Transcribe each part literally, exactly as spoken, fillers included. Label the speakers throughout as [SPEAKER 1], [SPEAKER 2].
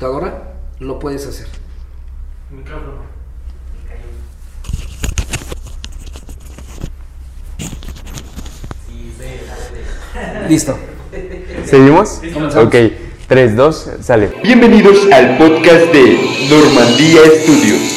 [SPEAKER 1] computadora, lo puedes hacer.
[SPEAKER 2] Micrófono.
[SPEAKER 1] Listo.
[SPEAKER 3] ¿Seguimos?
[SPEAKER 1] Comenzamos.
[SPEAKER 3] Ok, tres, dos, sale.
[SPEAKER 4] Bienvenidos al podcast de Normandía Studios.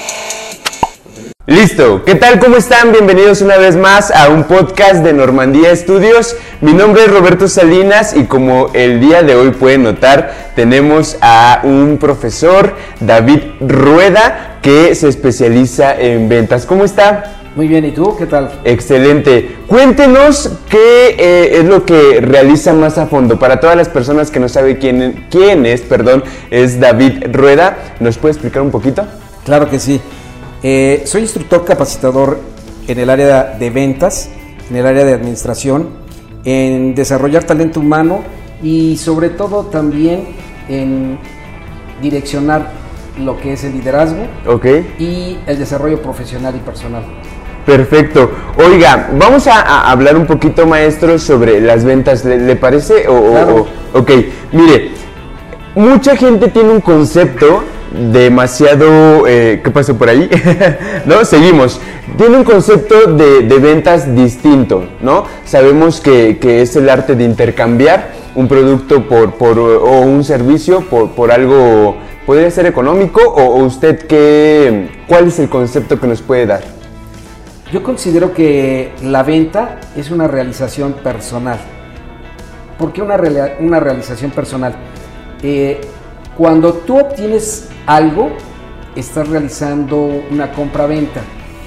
[SPEAKER 3] Listo, ¿qué tal? ¿Cómo están? Bienvenidos una vez más a un podcast de Normandía Studios. Mi nombre es Roberto Salinas y como el día de hoy pueden notar, tenemos a un profesor, David Rueda, que se especializa en ventas. ¿Cómo está?
[SPEAKER 1] Muy bien, ¿y tú? ¿Qué tal?
[SPEAKER 3] Excelente. Cuéntenos qué eh, es lo que realiza más a fondo. Para todas las personas que no saben quién, quién es, perdón, es David Rueda. ¿Nos puede explicar un poquito?
[SPEAKER 1] Claro que sí. Eh, soy instructor capacitador en el área de ventas, en el área de administración, en desarrollar talento humano y sobre todo también en direccionar lo que es el liderazgo
[SPEAKER 3] Ok.
[SPEAKER 1] y el desarrollo profesional y personal.
[SPEAKER 3] Perfecto. Oiga, vamos a, a hablar un poquito, maestro, sobre las ventas. ¿Le, le parece? O,
[SPEAKER 1] Claro.
[SPEAKER 3] o- ok, mire, mucha gente tiene un concepto demasiado... eh, ¿qué pasó por ahí? ¿No? Seguimos. Tiene un concepto de, de ventas distinto, ¿no? Sabemos que, que es el arte de intercambiar un producto por, por, o un servicio por, por algo, podría ser económico, o, o usted qué, ¿cuál es el concepto que nos puede dar?
[SPEAKER 1] Yo considero que la venta es una realización personal. ¿Por qué una, reala- una realización personal? Eh, cuando tú obtienes algo, estás realizando una compra-venta.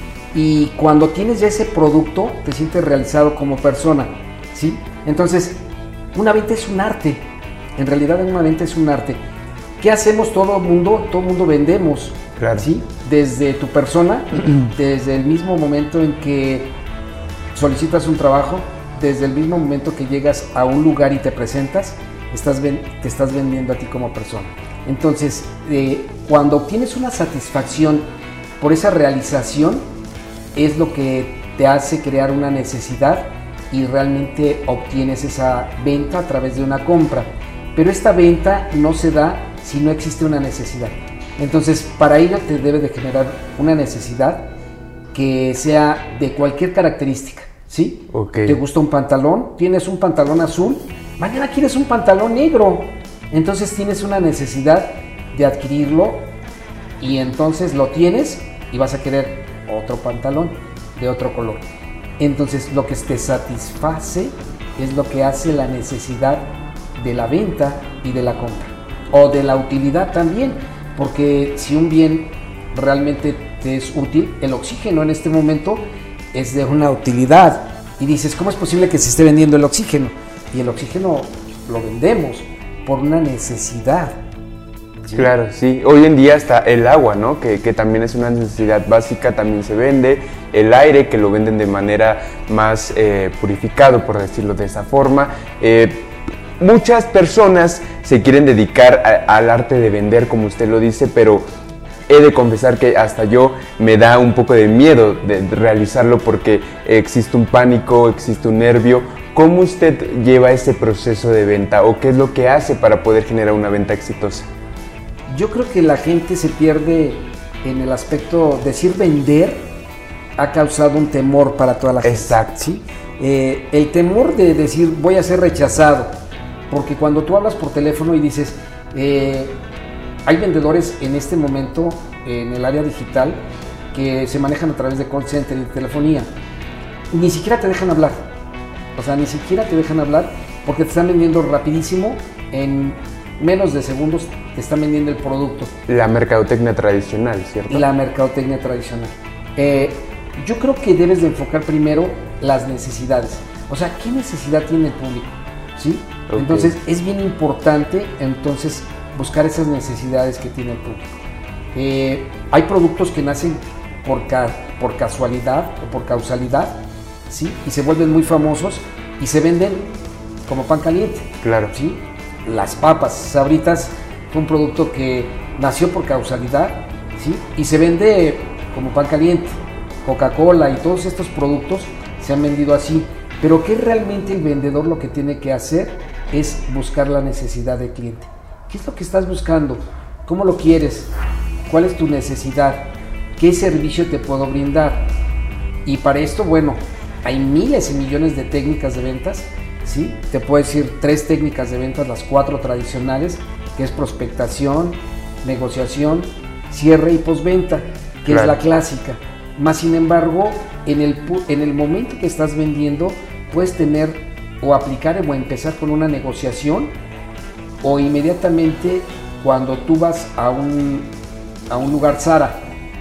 [SPEAKER 1] Y cuando tienes ya ese producto, te sientes realizado como persona, ¿sí? Entonces, una venta es un arte. En realidad, una venta es un arte. ¿Qué hacemos todo el mundo? Todo el mundo vendemos.
[SPEAKER 3] Claro.
[SPEAKER 1] ¿Sí? Desde tu persona, desde el mismo momento en que solicitas un trabajo, desde el mismo momento que llegas a un lugar y te presentas, estás ven- te estás vendiendo a ti como persona. Entonces, eh, cuando obtienes una satisfacción por esa realización, es lo que te hace crear una necesidad y realmente obtienes esa venta a través de una compra. Pero esta venta no se da si no existe una necesidad. Entonces, para ello te debe de generar una necesidad que sea de cualquier característica, ¿sí?
[SPEAKER 3] Ok.
[SPEAKER 1] ¿Te gusta un pantalón? ¿Tienes un pantalón azul? Mañana quieres un pantalón negro. Entonces tienes una necesidad de adquirirlo y entonces lo tienes y vas a querer otro pantalón de otro color. Entonces, lo que te satisface es lo que hace la necesidad de la venta y de la compra. O de la utilidad también. Porque si un bien realmente te es útil, el oxígeno en este momento es de una utilidad. Y dices, ¿cómo es posible que se esté vendiendo el oxígeno? Y el oxígeno lo vendemos por una necesidad. ¿Sí?
[SPEAKER 3] Claro, sí. Hoy en día está el agua, ¿no? Que, que también es una necesidad básica, también se vende. El aire, que lo venden de manera más eh, purificado, por decirlo de esa forma. Eh, Muchas personas se quieren dedicar a, al arte de vender, como usted lo dice, pero he de confesar que hasta yo me da un poco de miedo de realizarlo porque existe un pánico, existe un nervio. ¿Cómo usted lleva ese proceso de venta o qué es lo que hace para poder generar una venta exitosa?
[SPEAKER 1] Yo creo que la gente se pierde en el aspecto, decir vender ha causado un temor para toda la gente.
[SPEAKER 3] Exacto.
[SPEAKER 1] ¿Sí? Eh, el temor de decir voy a ser rechazado. Porque cuando tú hablas por teléfono y dices, eh, hay vendedores en este momento en el área digital que se manejan a través de call center y de telefonía, ni siquiera te dejan hablar, o sea, ni siquiera te dejan hablar porque te están vendiendo rapidísimo, en menos de segundos te están vendiendo el producto.
[SPEAKER 3] La mercadotecnia tradicional, ¿cierto?
[SPEAKER 1] Y la mercadotecnia tradicional. Eh, yo creo que debes de enfocar primero las necesidades, o sea, ¿qué necesidad tiene el público? ¿Sí?
[SPEAKER 3] Okay.
[SPEAKER 1] Entonces es bien importante entonces buscar esas necesidades que tiene el público. Eh, hay productos que nacen por, ca por casualidad o por causalidad, ¿sí? Y se vuelven muy famosos y se venden como pan caliente.
[SPEAKER 3] Claro.
[SPEAKER 1] ¿Sí? Las papas Sabritas fue un producto que nació por causalidad, ¿sí? Y se vende como pan caliente. Coca-Cola y todos estos productos se han vendido así. Pero que realmente el vendedor lo que tiene que hacer es buscar la necesidad del cliente. ¿Qué es lo que estás buscando? ¿Cómo lo quieres? ¿Cuál es tu necesidad? ¿Qué servicio te puedo brindar? Y para esto, bueno, hay miles y millones de técnicas de ventas, ¿sí? Te puedo decir tres técnicas de ventas, las cuatro tradicionales, que es prospectación, negociación, cierre y postventa, que claro. es la clásica. Más sin embargo, en el, en el momento que estás vendiendo, puedes tener o aplicar o empezar con una negociación, o inmediatamente cuando tú vas a un, a un lugar Zara,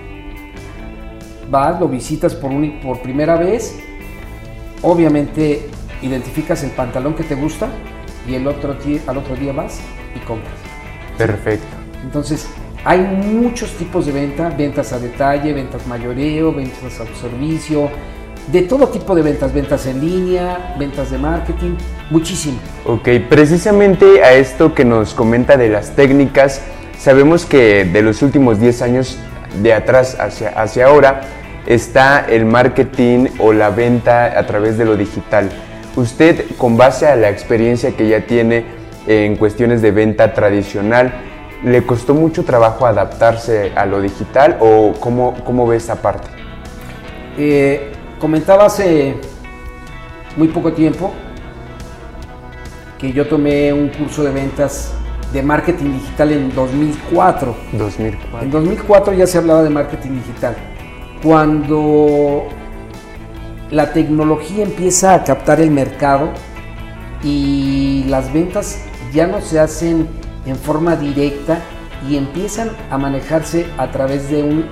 [SPEAKER 1] vas, lo visitas por, un, por primera vez, obviamente identificas el pantalón que te gusta y el otro día, al otro día vas y compras.
[SPEAKER 3] Perfecto.
[SPEAKER 1] Entonces, hay muchos tipos de venta, ventas a detalle, ventas mayoreo, ventas a servicio, de todo tipo de ventas, ventas en línea, ventas de marketing, muchísimo.
[SPEAKER 3] Ok, precisamente a esto que nos comenta de las técnicas, sabemos que de los últimos diez años de atrás hacia, hacia ahora está el marketing o la venta a través de lo digital. Usted, con base a la experiencia que ya tiene en cuestiones de venta tradicional, ¿le costó mucho trabajo adaptarse a lo digital o cómo, cómo ve esa parte?
[SPEAKER 1] Eh, comentaba hace muy poco tiempo que yo tomé un curso de ventas de marketing digital en dos mil cuatro.
[SPEAKER 3] dos mil cuatro.
[SPEAKER 1] En dos mil cuatro ya se hablaba de marketing digital. Cuando la tecnología empieza a captar el mercado y las ventas ya no se hacen en forma directa y empiezan a manejarse a través de un,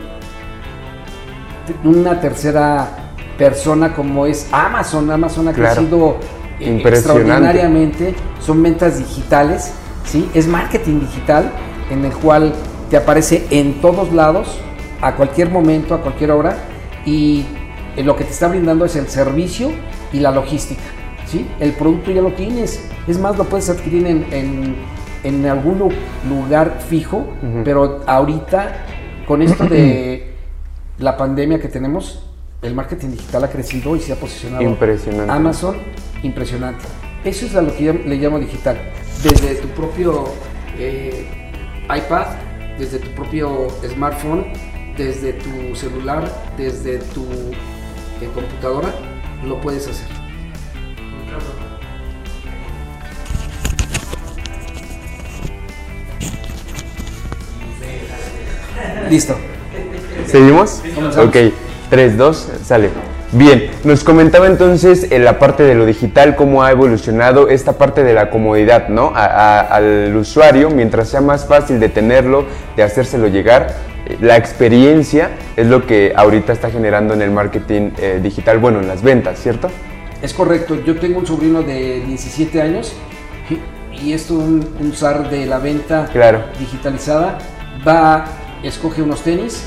[SPEAKER 1] una tercera persona como es Amazon. Amazon ha claro. crecido eh, extraordinariamente, son ventas digitales, ¿sí? Es marketing digital en el cual te aparece en todos lados, a cualquier momento, a cualquier hora, y eh, lo que te está brindando es el servicio y la logística, ¿sí? El producto ya lo tienes, es más, lo puedes adquirir en, en, en algún lugar fijo, uh-huh. pero ahorita, con esto de la pandemia que tenemos, el marketing digital ha crecido y se ha posicionado.
[SPEAKER 3] Impresionante.
[SPEAKER 1] Amazon, impresionante. Eso es a lo que yo le llamo digital. Desde tu propio eh, iPad, desde tu propio smartphone, desde tu celular, desde tu eh, computadora, lo puedes hacer. Listo.
[SPEAKER 3] ¿Seguimos? Ok, tres, dos, sale. Bien, nos comentaba entonces en la parte de lo digital cómo ha evolucionado esta parte de la comodidad, ¿no? A, a, al usuario, mientras sea más fácil de tenerlo, de hacérselo llegar, la experiencia es lo que ahorita está generando en el marketing eh, digital, bueno, en las ventas, ¿cierto?
[SPEAKER 1] Es correcto, yo tengo un sobrino de diecisiete años y esto un, un zar de la venta
[SPEAKER 3] claro. digitalizada,
[SPEAKER 1] va, escoge unos tenis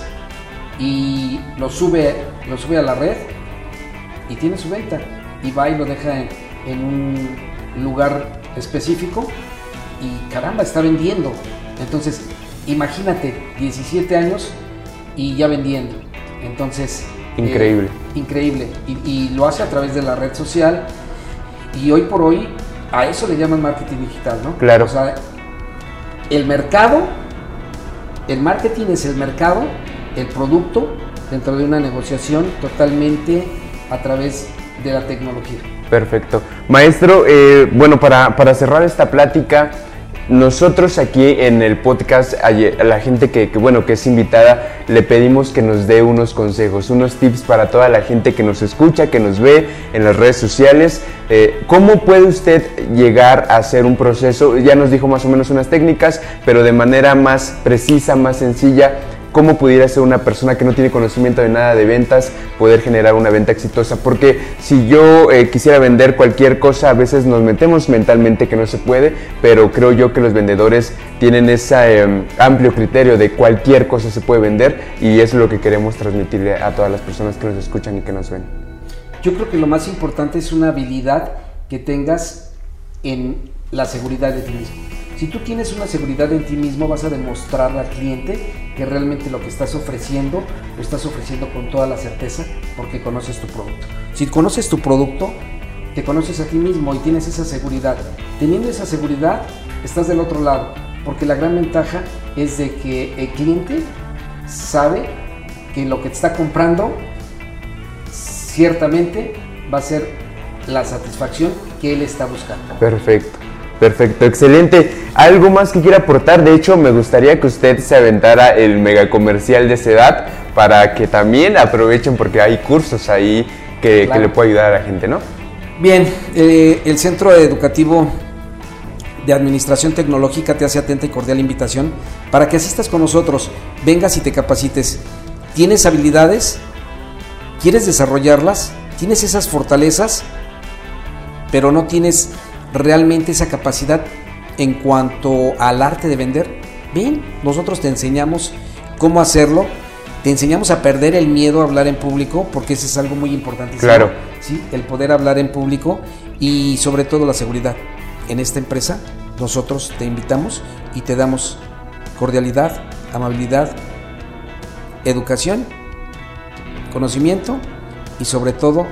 [SPEAKER 1] y lo sube, lo sube a la red y tiene su venta y va y lo deja en, en un lugar específico y caramba, está vendiendo. Entonces, imagínate, diecisiete años y ya vendiendo. Entonces,
[SPEAKER 3] increíble.
[SPEAKER 1] Eh, increíble. Y, y lo hace a través de la red social y hoy por hoy a eso le llaman marketing digital, ¿no?
[SPEAKER 3] Claro.
[SPEAKER 1] O sea, el mercado, el marketing es el mercado, el producto dentro de una negociación totalmente a través de la tecnología.
[SPEAKER 3] Perfecto. Maestro, eh, bueno, para, para cerrar esta plática, nosotros aquí en el podcast, a la gente que, que, bueno, que es invitada, le pedimos que nos dé unos consejos, unos tips para toda la gente que nos escucha, que nos ve en las redes sociales. Eh, ¿Cómo puede usted llegar a hacer un proceso? Ya nos dijo más o menos unas técnicas, pero de manera más precisa, más sencilla. ¿Cómo pudiera ser una persona que no tiene conocimiento de nada de ventas poder generar una venta exitosa? Porque si yo eh, quisiera vender cualquier cosa, a veces nos metemos mentalmente que no se puede, pero creo yo que los vendedores tienen ese eh, amplio criterio de cualquier cosa se puede vender y eso es lo que queremos transmitirle a todas las personas que nos escuchan y que nos ven.
[SPEAKER 1] Yo creo que lo más importante es una habilidad que tengas en la seguridad de ti mismo. Si tú tienes una seguridad en ti mismo, vas a demostrarle al cliente que realmente lo que estás ofreciendo, lo estás ofreciendo con toda la certeza porque conoces tu producto. Si conoces tu producto, te conoces a ti mismo y tienes esa seguridad. Teniendo esa seguridad, estás del otro lado. porque la gran ventaja es de que el cliente sabe que lo que te está comprando ciertamente va a ser la satisfacción que él está buscando.
[SPEAKER 3] Perfecto, perfecto, excelente. ¿Algo más que quiera aportar? De hecho, me gustaría que usted se aventara el mega comercial de Sedat para que también aprovechen, porque hay cursos ahí que, claro, que le puede ayudar a la gente, ¿no?
[SPEAKER 1] Bien, eh, el Centro Educativo de Administración Tecnológica te hace atenta y cordial invitación para que asistas con nosotros, vengas y te capacites. ¿Tienes habilidades? ¿Quieres desarrollarlas? ¿Tienes esas fortalezas? Pero no tienes realmente esa capacidad en cuanto al arte de vender. Ven, nosotros te enseñamos cómo hacerlo, te enseñamos a perder el miedo a hablar en público, porque eso es algo muy importante.
[SPEAKER 3] Claro.
[SPEAKER 1] ¿Sí? El poder hablar en público y sobre todo la seguridad. En esta empresa nosotros te invitamos y te damos cordialidad, amabilidad, educación, conocimiento y sobre todo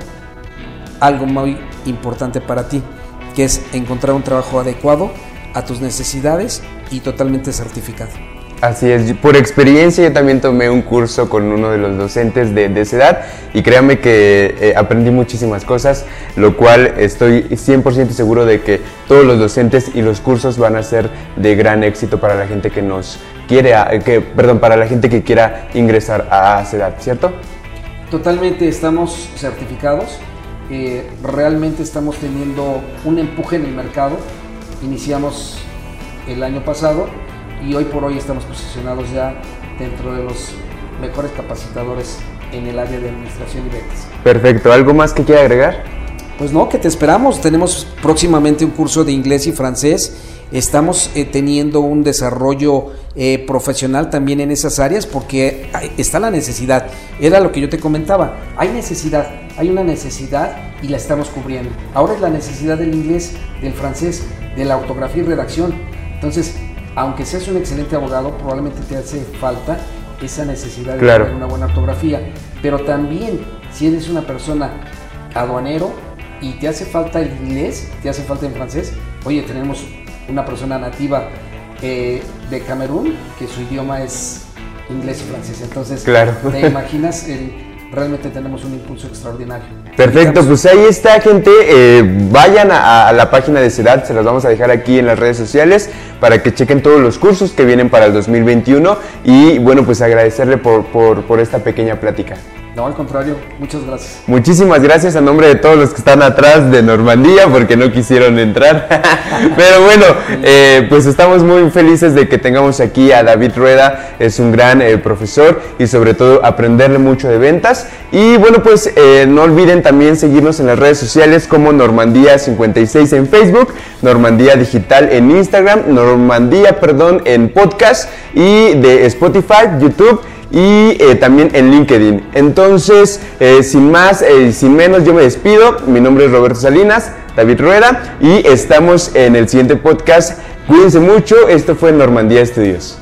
[SPEAKER 1] algo muy importante para ti, que es encontrar un trabajo adecuado a tus necesidades y totalmente certificado.
[SPEAKER 3] Así es, por experiencia yo también tomé un curso con uno de los docentes de, de Sedat y créanme que eh, aprendí muchísimas cosas, lo cual estoy cien por ciento seguro de que todos los docentes y los cursos van a ser de gran éxito para la gente que nos quiere, que, perdón, para la gente que quiera ingresar a Sedat, ¿cierto?
[SPEAKER 1] Totalmente, estamos certificados, eh, realmente estamos teniendo un empuje en el mercado, iniciamos el año pasado y hoy por hoy estamos posicionados ya dentro de los mejores capacitadores en el área de administración y ventas.
[SPEAKER 3] Perfecto, ¿algo más que quiera agregar?
[SPEAKER 1] Pues no, que te esperamos, tenemos próximamente un curso de inglés y francés, estamos eh, teniendo un desarrollo eh, profesional también en esas áreas porque está la necesidad, era lo que yo te comentaba, hay necesidad, hay una necesidad y la estamos cubriendo. Ahora es la necesidad del inglés, del francés, de la ortografía y redacción, entonces aunque seas un excelente abogado, probablemente te hace falta esa necesidad de
[SPEAKER 3] claro.
[SPEAKER 1] tener una buena ortografía, pero también si eres una persona aduanero y te hace falta el inglés, te hace falta el francés, oye, tenemos una persona nativa eh, de Camerún, que su idioma es inglés y francés, entonces
[SPEAKER 3] claro.
[SPEAKER 1] te imaginas, el, realmente tenemos un impulso extraordinario.
[SPEAKER 3] Perfecto, pues ahí está, gente, eh, vayan a, a la página de Sedat, se las vamos a dejar aquí en las redes sociales para que chequen todos los cursos que vienen para el dos mil veintiuno y bueno, pues agradecerle por, por, por esta pequeña plática.
[SPEAKER 1] No, al contrario, muchas gracias.
[SPEAKER 3] Muchísimas gracias a nombre de todos los que están atrás de Normandía porque no quisieron entrar. Pero bueno, eh, pues estamos muy felices de que tengamos aquí a David Rueda, es un gran eh, profesor y sobre todo aprenderle mucho de ventas. Y bueno, pues eh, no olviden también seguirnos en las redes sociales como Normandía cincuenta y seis en Facebook, Normandía Digital en Instagram, Normandía, perdón, en podcast y de Spotify, YouTube y eh, también en LinkedIn. Entonces, eh, sin más y eh, sin menos, yo me despido. Mi nombre es Roberto Salinas, David Rueda, y estamos en el siguiente podcast. Cuídense mucho. Esto fue Normandía Estudios.